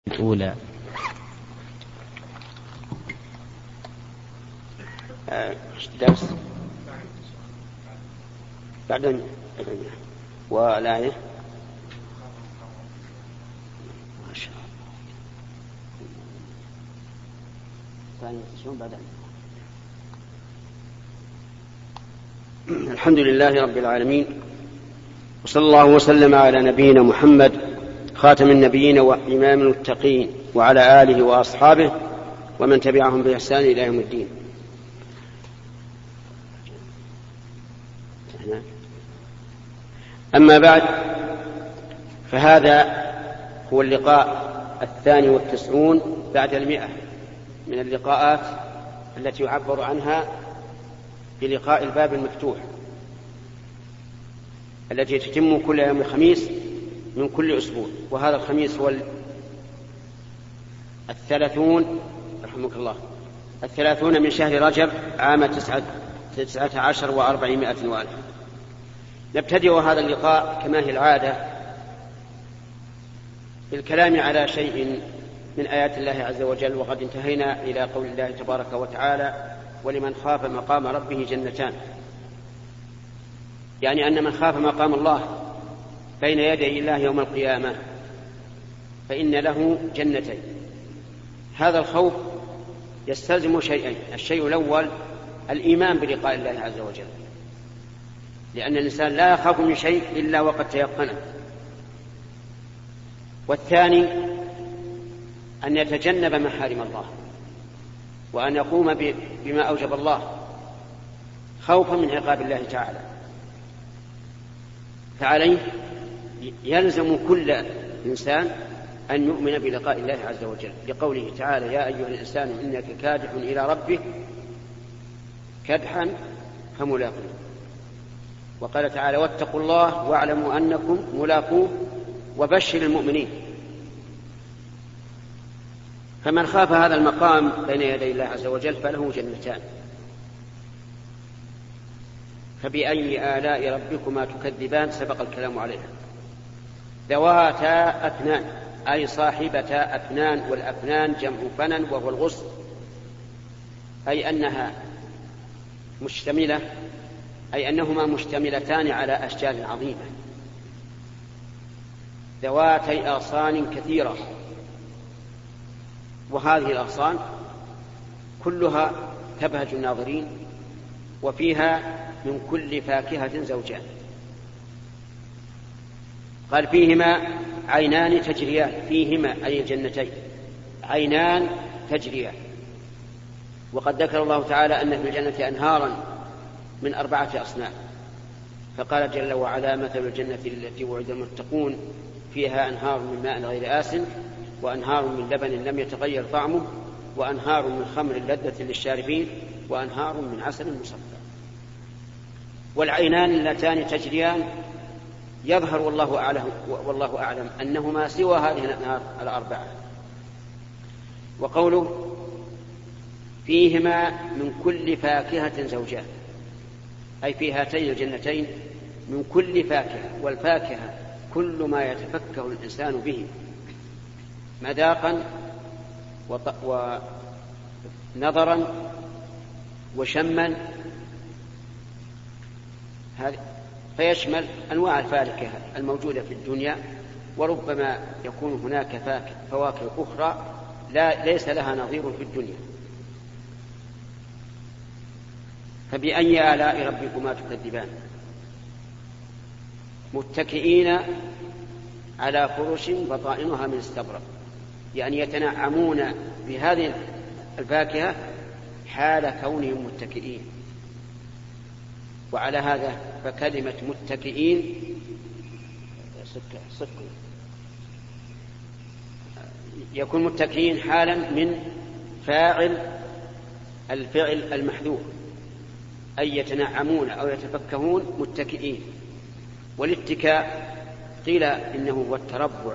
الأولى. درس بعدين والآية ما شاء الله ثاني بعدين. الحمد لله رب العالمين، وصلى الله وسلم على نبينا محمد خاتم النبيين وإمام المتقين وعلى آله وأصحابه ومن تبعهم بإحسان إلى يوم الدين. أما بعد، فهذا هو اللقاء 92 بعد 100 من اللقاءات التي يعبر عنها بلقاء الباب المفتوح، التي تتم كل يوم الخميس من كل أسبوع. وهذا الخميس هو 30 من شهر رجب عام 19 و400 وألف. نبتدئ هذا اللقاء كما هي العادة بالكلام على شيء من آيات الله عز وجل، وقد انتهينا إلى قول الله تبارك وتعالى: ولمن خاف مقام ربه جنتان، يعني أن من خاف مقام الله بين يدي الله يوم القيامة فإن له جنتين. هذا الخوف يستلزم شيئين: الشيء الأول الإيمان بلقاء الله عز وجل، لأن الإنسان لا يخاف من شيء إلا وقد تيقنه. والثاني أن يتجنب محارم الله، وأن يقوم بما أوجب الله خوفا من عقاب الله تعالى. فعليه يلزم كل إنسان أن يؤمن بلقاء الله عز وجل، لقوله تعالى: يا أيها الإنسان إنك كادح إلى ربك كدحا فملاقيه. وقال تعالى: واتقوا الله واعلموا أنكم ملاقوه وبشر المؤمنين. فمن خاف هذا المقام بين يدي الله عز وجل فله جنتان. فبأي آلاء ربكما تكذبان؟ سبق الكلام عليها. ذواتا أفنان، أي صاحبتا أفنان، والأفنان جمع فنن وهو الغصن، أي أنها مشتملة، أي أنهما مشتملتان على أشجار عظيمة ذواتي أغصان كثيرة. وهذه الأغصان كلها تبهج الناظرين، وفيها من كل فاكهة زوجان. قال: فيهما عينان تجريان. فيهما أي الجنتين عينان تجريان. وقد ذكر الله تعالى أن في الجنة أنهارا من 4 أصناف، فقال جل وعلا: مثل الجنة التي وعد المتقون فيها أنهار من ماء غير آسن، وأنهار من لبن لم يتغير طعمه، وأنهار من خمر لذة للشاربين، وأنهار من عسل مصفى. والعينان اللتان تجريان يظهر والله أعلم أنهما سوى هذه الأنهار 4. وقوله: فيهما من كل فاكهة زوجان، أي في هاتين الجنتين من كل فاكهة. والفاكهة كل ما يتفكه الإنسان به مذاقا ونظرا وشما، فيشمل أنواع الفاكهة الموجودة في الدنيا. وربما يكون هناك فواكه أخرى ليس لها نظير في الدنيا. فبأي آلاء ربكما تكذبان؟ متكئين على فرش بطائنها من استبرق، يعني يتنعمون بهذه الفاكهة حال كونهم متكئين. وعلى هذا فكلمة متكئين يكون متكئين حالا من فاعل الفعل المحذوف، أي يتنعمون أو يتفكهون متكئين. والاتكاء قيل إنه هو التربع،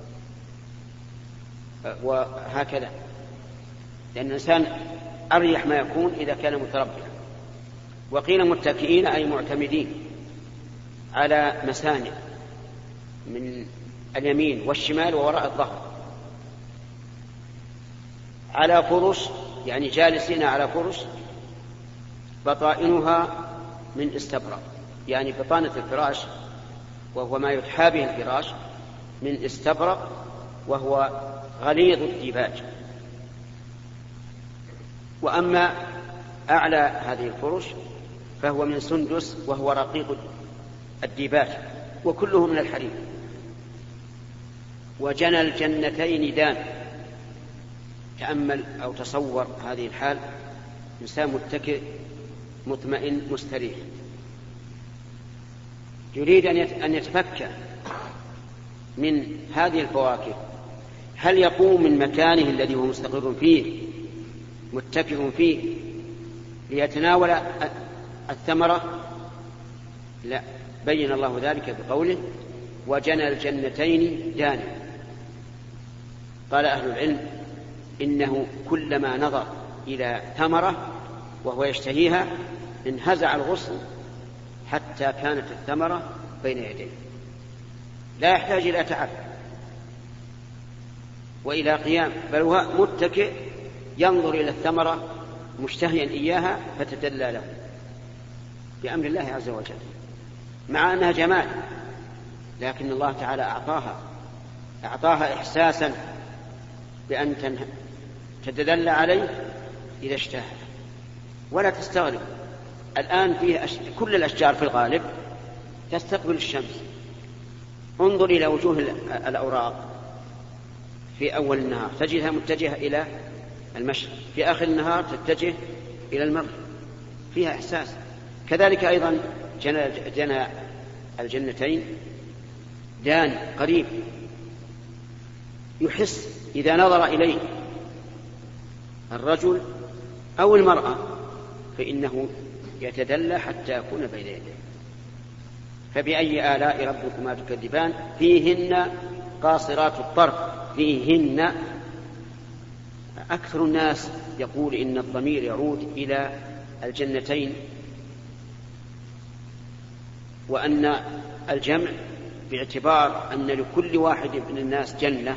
وهكذا، لأن الإنسان أريح ما يكون إذا كان متربعا. وقيل متكئين أي معتمدين على مساند من اليمين والشمال ووراء الظهر، على فرش، يعني جالسين على فرش بطائنها من استبرق، يعني بطانة الفراش وهو ما يتحى به الفراش من استبرق وهو غليظ الديباج. وأما أعلى هذه الفرش فهو من سندس وهو رقيق الديباج وكله من الحرير. وجنى الجنتين دان. تأمل أو تصور هذه الحال، إنسان متكئ مطمئن مستريح يريد أن يتفكى من هذه الفواكه، هل يقوم من مكانه الذي هو مستقر فيه متكئ فيه ليتناول الثمرة؟ لا، بين الله ذلك بقوله وجنى الجنتين دان. قال أهل العلم إنه كلما نظر إلى ثمرة وهو يشتهيها انهزع الغصن حتى كانت الثمرة بين يديه، لا يحتاج إلى تعب وإلى قيام، بل هو متكئ ينظر إلى الثمرة مشتهيا إياها فتدلى له بأمر الله عز وجل، مع أنها جمال، لكن الله تعالى أعطاها إحساسا بأن تتدلى عليه إذا اشتهى. ولا تستغرب، الآن فيه كل الأشجار في الغالب تستقبل الشمس. انظر إلى وجوه الأوراق في أول النهار تجدها متجهة إلى المشرق، في آخر النهار تتجه إلى المغرب، فيها إحساس. كذلك أيضا جنى الجنتين دان قريب، يحس إذا نظر إليه الرجل أو المرأة فإنه يتدلى حتى يكون بين يديه. فبأي آلاء ربكما تكذبان؟ فيهن قاصرات الطرف. فيهن، أكثر الناس يقول إن الضمير يعود إلى الجنتين، وأن الجمع باعتبار أن لكل واحد من الناس جنة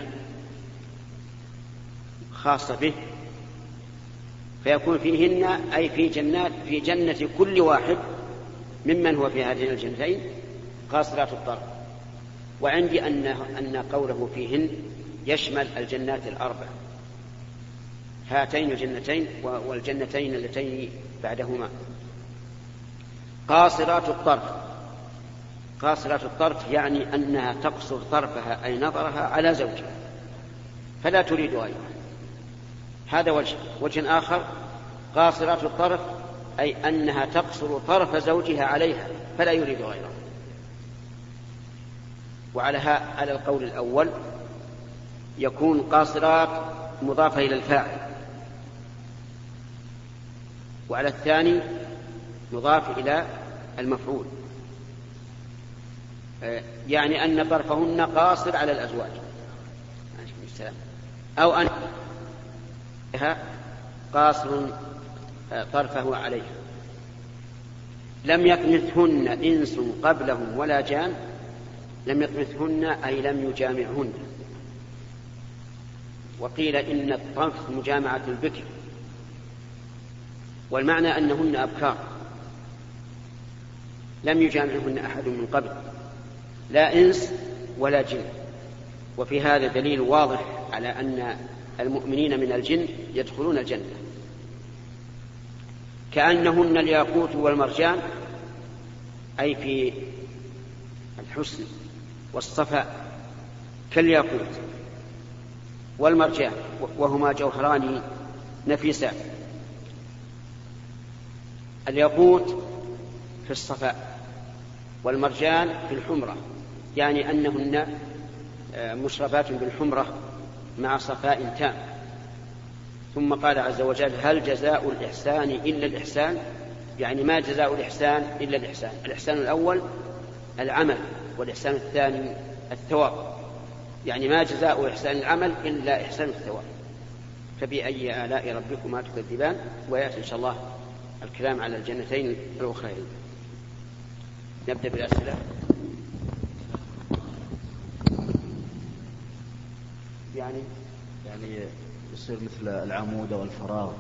خاصة به، فيكون فيهن أي في جنة كل واحد ممن هو في هذين الجنتين قاصرات الطرف. وعندي أن قوله فيهن يشمل الجنات الأربع، هاتين الجنتين والجنتين اللتين بعدهما. قاصرات الطرف، قاصرات الطرف يعني أنها تقصر طرفها أي نظرها على زوجها فلا تريد غيره. هذا وجه آخر، قاصرات الطرف أي أنها تقصر طرف زوجها عليها فلا يريد غيره. على القول الأول يكون قاصرات مضافة إلى الفاعل، وعلى الثاني مضاف إلى المفعول، يعني أن طرفهن قاصر على الأزواج، أو أن قاصر طرفه عليها. لم يطمثهن إنس قبلهم ولا جان. لم يطمثهن أي لم يجامعهن. وقيل إن الطمث مجامعة البكر، والمعنى أنهن أبكار لم يجامعهن أحد من قبل، لا إنس ولا جن. وفي هذا دليل واضح على أن المؤمنين من الجن يدخلون الجنة. كأنهن الياقوت والمرجان أي في الحسن والصفاء كالياقوت والمرجان، وهما جوهران نفيسان. الياقوت في الصفاء والمرجان في الحمرة، يعني أنهن مشربات بالحمرة مع صفاء تام. ثم قال عز وجل هل جزاء الإحسان إلا الإحسان، يعني ما جزاء الإحسان إلا الإحسان. الإحسان الأول العمل، والإحسان الثاني الثواب، يعني ما جزاء إحسان العمل إلا إحسان الثواب. فبأي آلاء ربكما تكذبان؟ ويأتي إن شاء الله الكلام على الجنتين الأخرين. نبدأ بالأسئلة. يعني يعني يصير مثل العمود أو الفراغ.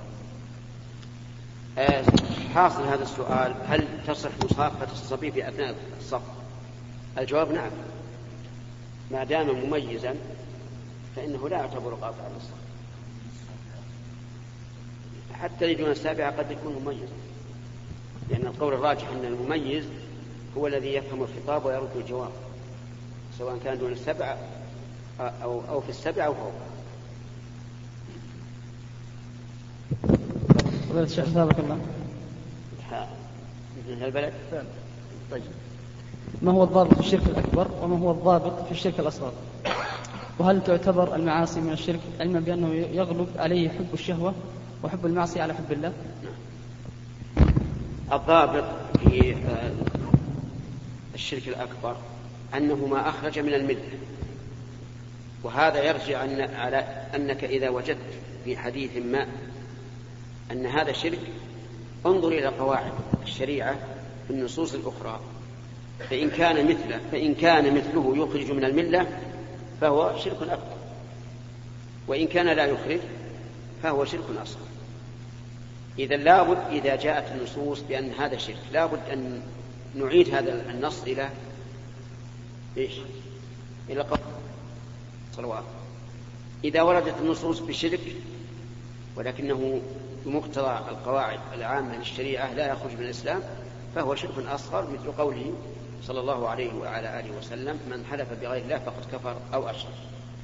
حاصل هذا السؤال: هل تصح مصافحة الصبي في أثناء الصف؟ الجواب نعم، ما دام مميزا فإنه لا يعتبر قاطعا للصف، حتى لدون السابعة قد يكون مميزا، لأن القول الراجح أن المميز هو الذي يفهم الخطاب ويرد الجواب، سواء كان دون السبعة أو في السبعة أو فوقها. فضيلة الشيخ بارك الله. من البلد. طيب، ما هو الضابط في الشرك الأكبر وما هو الضابط في الشرك الأصغر؟ وهل تعتبر المعاصي من الشرك علما بأنه يغلب عليه حب الشهوة وحب المعصية على حب الله؟ الضابط في الشرك الأكبر أنه ما أخرج من الملة، وهذا يرجع على أنك إذا وجدت في حديث ما أن هذا شرك انظر إلى قواعد الشريعة في النصوص الأخرى، فإن كان مثله يخرج من الملة فهو شرك أكبر، وإن كان لا يخرج فهو شرك أصغر. إذا لابد إذا جاءت النصوص بأن هذا شرك لابد أن نعيد هذا النص إلى إلى قول صلوات. إذا وردت النصوص بشرك ولكنه بمقتضى القواعد العامة للشريعة لا يخرج من الإسلام فهو شرك أصغر، مثل قوله صلى الله عليه وعلى آله وسلم: من حلف بغير الله فقد كفر أو أشرك.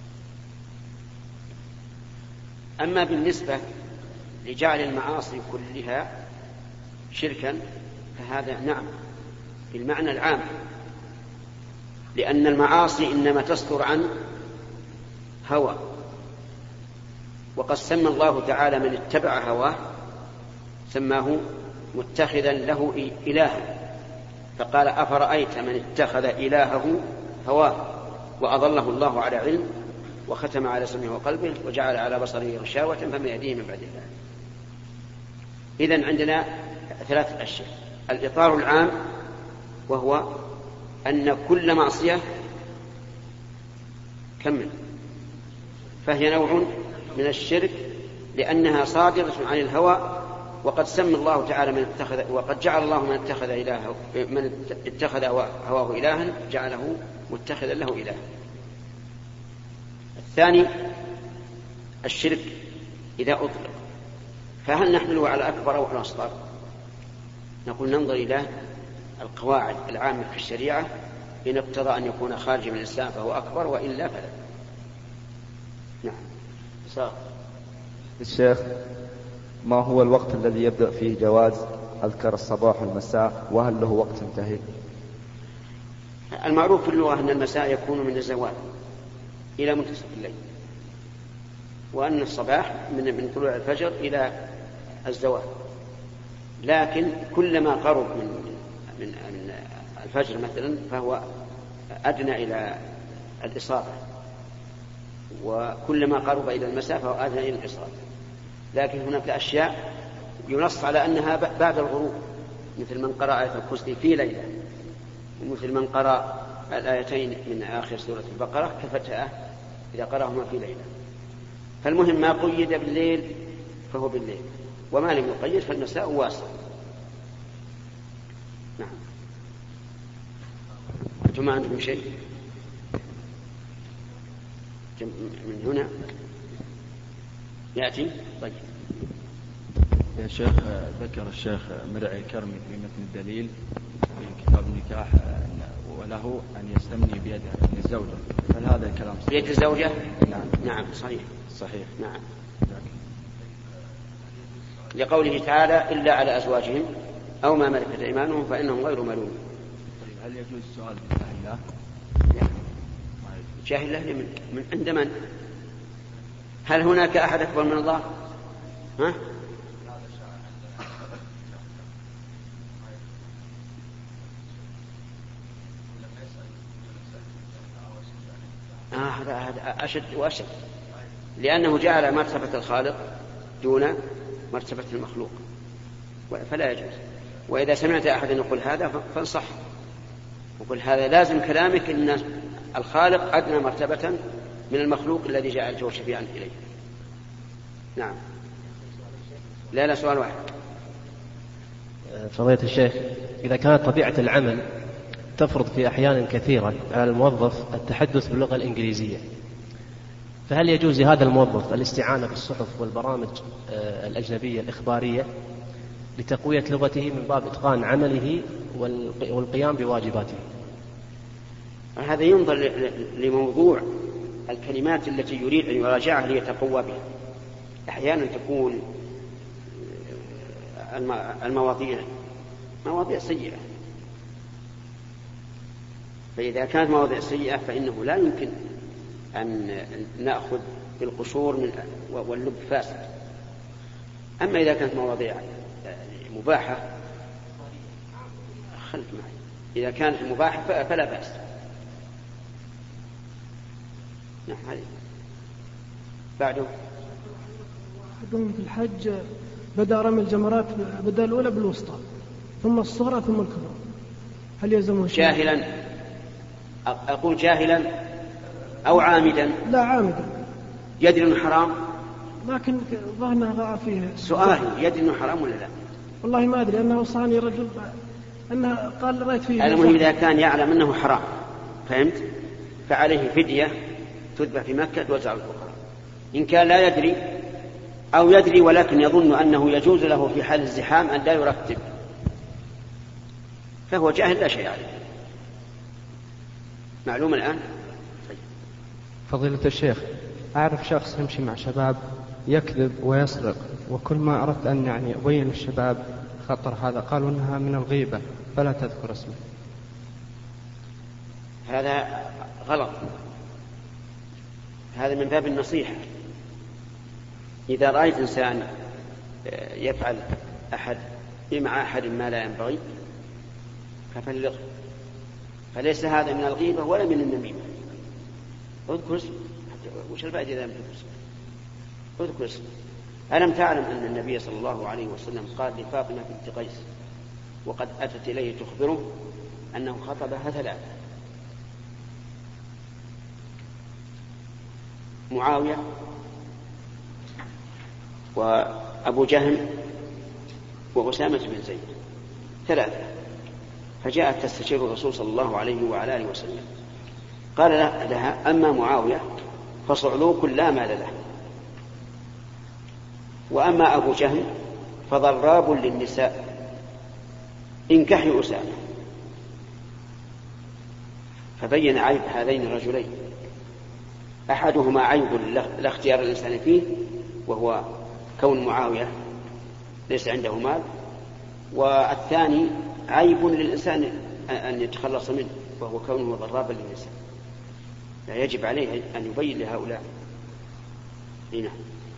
أما بالنسبة لجعل المعاصي كلها شركا فهذا نعم بالمعنى العام، لأن المعاصي إنما تصدر عن هوى، وقد سمى الله تعالى من اتبع هواه سماه متخذا له إلها، فقال: أفرأيت من اتخذ إلهه هواه وأضله الله على علم وختم على سمعه وقلبه وجعل على بصره غشاوة فما يهديه من بعد الله. إذن عندنا ثلاثة أشياء: الإطار العام وهو أن كل معصية فهي نوع من الشرك لأنها صادرة عن الهوى، وقد سمى الله تعالى وقد جعل الله من اتخذ هواه إلها جعله متخذا له إله. الثاني الشرك إذا أطلق، فهل نحمله على أكبر أو على أصغر؟ نقول ننظر إلى القواعد العامة في الشريعة، إن اقتضى أن يكون خارج من الإسلام فهو أكبر، وإلا فلا. نعم. الشيخ، ما هو الوقت الذي يبدأ فيه جواز أذكر الصباح والمساء، وهل له وقت انتهي؟ المعروف في اللغة أن المساء يكون من الزوال إلى منتصف الليل، وأن الصباح من طلوع الفجر إلى الزوال، لكن كلما قرب من الفجر مثلا فهو أدنى إلى الإصابة، وكلما قرب إلى المساء فهو أدنى إلى الإصابة. لكن هناك أشياء ينص على أنها بعد الغروب، مثل من قرأ آية الكرسي في ليلة، ومثل من قرأ الآيتين من آخر سورة البقرة كفتأة إذا قرأهما في ليلة. فالمهم ما قيد بالليل فهو بالليل، وما لم يقيد فالمساء واسع. نعم. أنتم ما عندكم شيء من هنا يأتي؟ طيب يا شيخ، ذكر الشيخ مرعي الكرمي في متن الدليل في كتاب النكاح وله أن يستمني بيد الزوجة، هل هذا الكلام صحيح؟ بيد الزوجة؟ نعم. نعم صحيح. نعم. نعم. لقوله تعالى: إلا على أزواجهم أو ما ملكت أيمانهم فإنهم غير ملومين. طيب هل يجوز السؤال بالله؟ لا. جاهل له من عند من؟ هل هناك أحد أكبر من الله؟ ها؟ هذا أشد وأشد، لأنه جعل مرتبة الخالق دون مرتبة المخلوق، فلا يجوز. وإذا سمعت أحد يقول هذا فانصح وقل هذا لازم كلامك، إن الخالق أدنى مرتبة من المخلوق الذي جاء الجو شفيعا إليه. نعم. لا سؤال واحد. فضيلة الشيخ، إذا كانت طبيعة العمل تفرض في أحيان كثيرة على الموظف التحدث باللغة الإنجليزية، فهل يجوز لهذا الموظف الاستعانة بالصحف والبرامج الأجنبية الإخبارية لتقوية لغته من باب إتقان عمله والقيام بواجباته؟ هذا ينظر لموضوع الكلمات التي يريد أن يراجعها ليتقوى بها. أحيانا تكون مواضيع سيئة، فإذا كانت مواضيع سيئة فإنه لا يمكن أن نأخذ بالقشور واللب فاسد. أما إذا كانت مواضيع مباحة خلف معي، إذا كانت مباحة فلا بأس. نعم. هذه بعده أحدهم في الحج بدأ رمي الجمرات، بدأ الأولى بالوسطى ثم الصغرى ثم الكبرى، هل يلزمه شيء؟ جاهلا؟ أقول جاهلا أو عامدا؟ لا، عامدا. يدري أنه حرام؟ لكن ظهرنا ضاع فيه سؤال، يدري أنه حرام ولا لا؟ والله ما أدري، أنه صاني رجل أنه قال رأيت فيه. المهم إذا كان يعلم أنه حرام، فهمت؟ فعليه فدية تذبح في مكة توزع على الفقراء. إن كان لا يدري أو يدري ولكن يظن أنه يجوز له في حال الزحام أن لا يرتب، فهو جاهل لا شيء عليه. معلوم الآن؟ فضيلة الشيخ، أعرف شخص يمشي مع شباب يكذب ويسرق، وكل ما أردت أن أبين للشباب خطر هذا قالوا أنها من الغيبة فلا تذكر اسمه. هذا غلط، هذا من باب النصيحة. إذا رأيت إنسان يفعل مع أحد ما لا ينبغي فبلغه، فليس هذا من الغيبة ولا من النميمة. اذكر اسمه، وش الفائدة إذا لم تذكر اسمه؟ اذكر اسمه. ألم تعلم أن النبي صلى الله عليه وسلم قال لفاطمة بنت قيس وقد أتت إليه تخبره أنه خطبها 3: معاوية وأبو جهل وأسامة بن زيد، 3. فجاءت تستشير الرسول صلى الله عليه وعلى آله وسلم، قال لها: أما معاوية فصعلوك لا مال له، وأما أبو جهل فضراب للنساء، انكحي أسامة. فبين عيب هذين الرجلين، أحدهما عيب لا اختيار الإنسان فيه، وهو كون معاوية ليس عنده مال، والثاني عيب للإنسان أن يتخلص منه، وهو كونه ضرابا للنساء. لا يجب عليه أن يبين لهؤلاء. هنا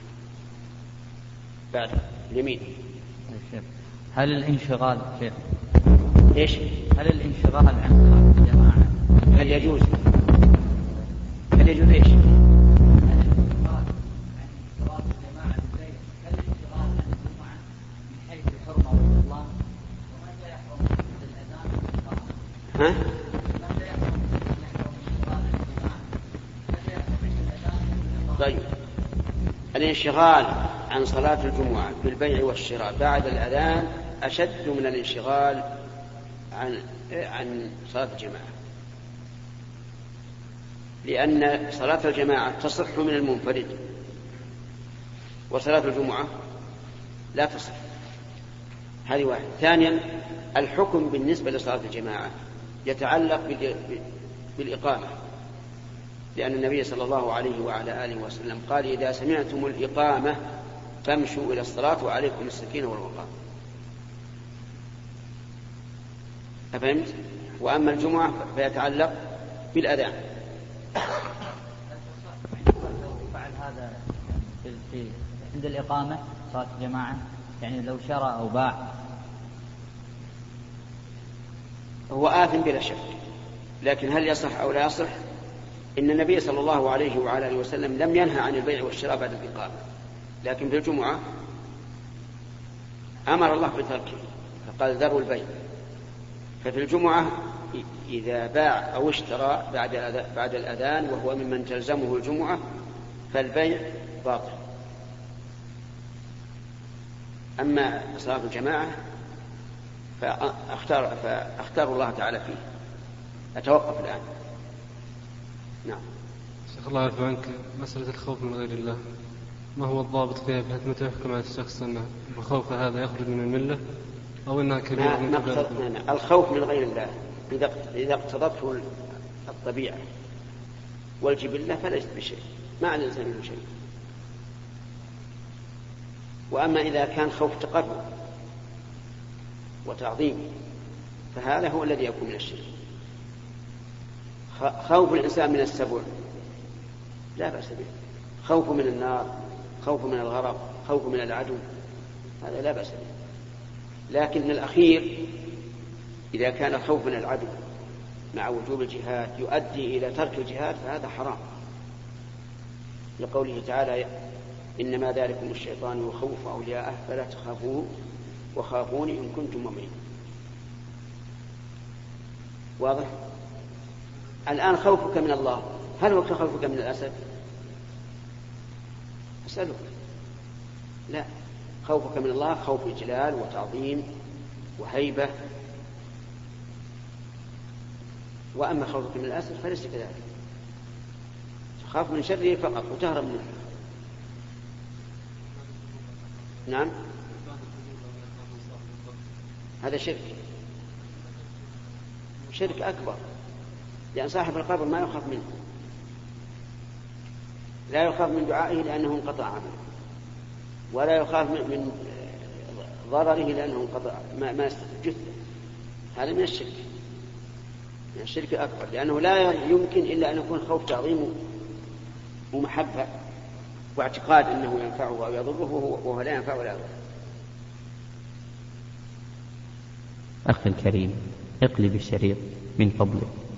بعد اليمين. هل الانشغال شيخ ايش؟ هل الانشغال عن صلاة الجماعة هل يجوز ايش؟ ها؟ طيب، الانشغال عن صلاة الجمعة بالبيع والشراء بعد الأذان أشد من الانشغال عن صلاة الجماعة، لأن صلاة الجماعة تصح من المنفرد، وصلاة الجمعة لا تصح. هذه واحد. ثانيا، الحكم بالنسبة لصلاة الجماعة يتعلق بالإقامة، لأن النبي صلى الله عليه وعلى آله وسلم قال: إذا سمعتم الإقامة فامشوا إلى الصلاة وعليكم السكينة والوقار. أفهمت؟ وأما الجمعة فيتعلق بالأذان. فعل هذا عند الإقامة صلاة الجماعة، يعني لو شرى أو باع هو آثم بلا شك، لكن هل يصح أو لا يصح؟ إن النبي صلى الله عليه وعلى آله وسلم لم ينهى عن البيع والشراء بعد الإقامة، لكن في الجمعة أمر الله بتركه فقال: ذروا البيع. ففي الجمعة إذا باع أو اشترى بعد الأذان وهو ممن تلزمه الجمعة فالبيع باطل. أما صلاة الجماعة فأختار الله تعالى فيه. أتوقف الآن. نعم. شيخ الله يعفو عنك، مسألة الخوف من غير الله ما هو الضابط فيها بحيث متى يحكم على الشخص أن الخوف هذا يخرج من الملة أو أنها كبيرة من قبل؟ الخوف من غير الله إذا اقتضته الطبيعة والجبلة فليس بشيء، ما على الإنسان منه شيء. وأما إذا كان خوف تقرب وتعظيم فهذا هو الذي يكون من الشرك. خوف الإنسان من السبع لا بأس به، خوف من النار، خوف من الغرق، خوف من العدو، هذا لا بأس به. لكن الأخير إذا كان الخوف من العدو مع وجوب الجهاد يؤدي إلى ترك الجهاد فهذا حرام، لقوله تعالى إنما ذلكم الشيطان يخوف أولياءه فلا تخافوه وخافوني إن كنتم مؤمنين. واضح؟ الآن خوفك من الله هل هو كخوفك من الأسد؟ أسألك. لا، خوفك من الله خوف إجلال وتعظيم وهيبة، وأما خوفك من الأسد فليس كذلك، تخاف من شره فقط وتهرب منه. نعم، هذا شرك أكبر، لأن صاحب القبر ما يخاف منه، لا يخاف من دعائه لأنه انقطع عمله، ولا يخاف من ضرره لأنه انقطع ما يستجد. هذا من الشرك، من الشرك أكبر، لأنه لا يمكن إلا أن يكون خوف تعظيم ومحبة واعتقاد أنه ينفعه أو يضره وهو لا ينفع ولا يضر. أخي الكريم، اقلب الشريط من فضلك.